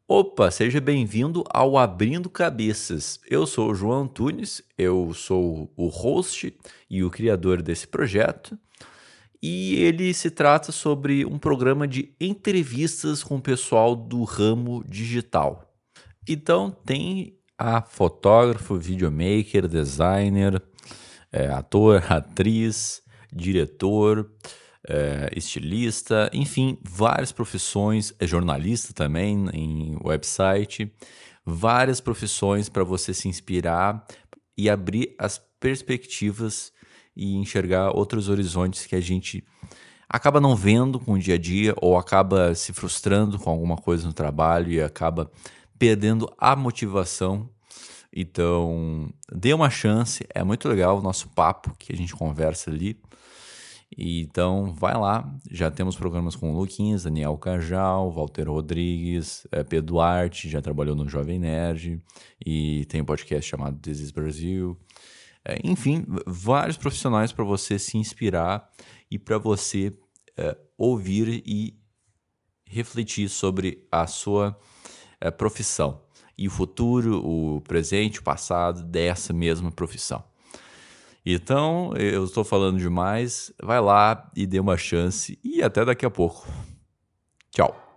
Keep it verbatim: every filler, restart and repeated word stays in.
Opa, seja bem-vindo ao Abrindo Cabeças. Eu sou o João Antunes, eu sou o host e o criador desse projeto, e ele se trata sobre um programa de entrevistas com o pessoal do ramo digital. Então tem a fotógrafo, videomaker, designer, é, ator, atriz, diretor, é, estilista, enfim, várias profissões, é jornalista também em website, várias profissões para você se inspirar e abrir as perspectivas e enxergar outros horizontes que a gente acaba não vendo com o dia a dia ou acaba se frustrando com alguma coisa no trabalho e acaba perdendo a motivação. Então, dê uma chance, é muito legal o nosso papo que a gente conversa ali. E então, vai lá, já temos programas com o Luquinhas, Daniel Cajal, Walter Rodrigues, eh, Pedro Duarte, já trabalhou no Jovem Nerd, e tem um podcast chamado This is Brasil. Eh, enfim, vários profissionais para você se inspirar e para você eh, ouvir e refletir sobre a sua eh, profissão e o futuro, o presente, o passado dessa mesma profissão. Então, eu estou falando demais, vai lá e dê uma chance e até daqui a pouco. Tchau.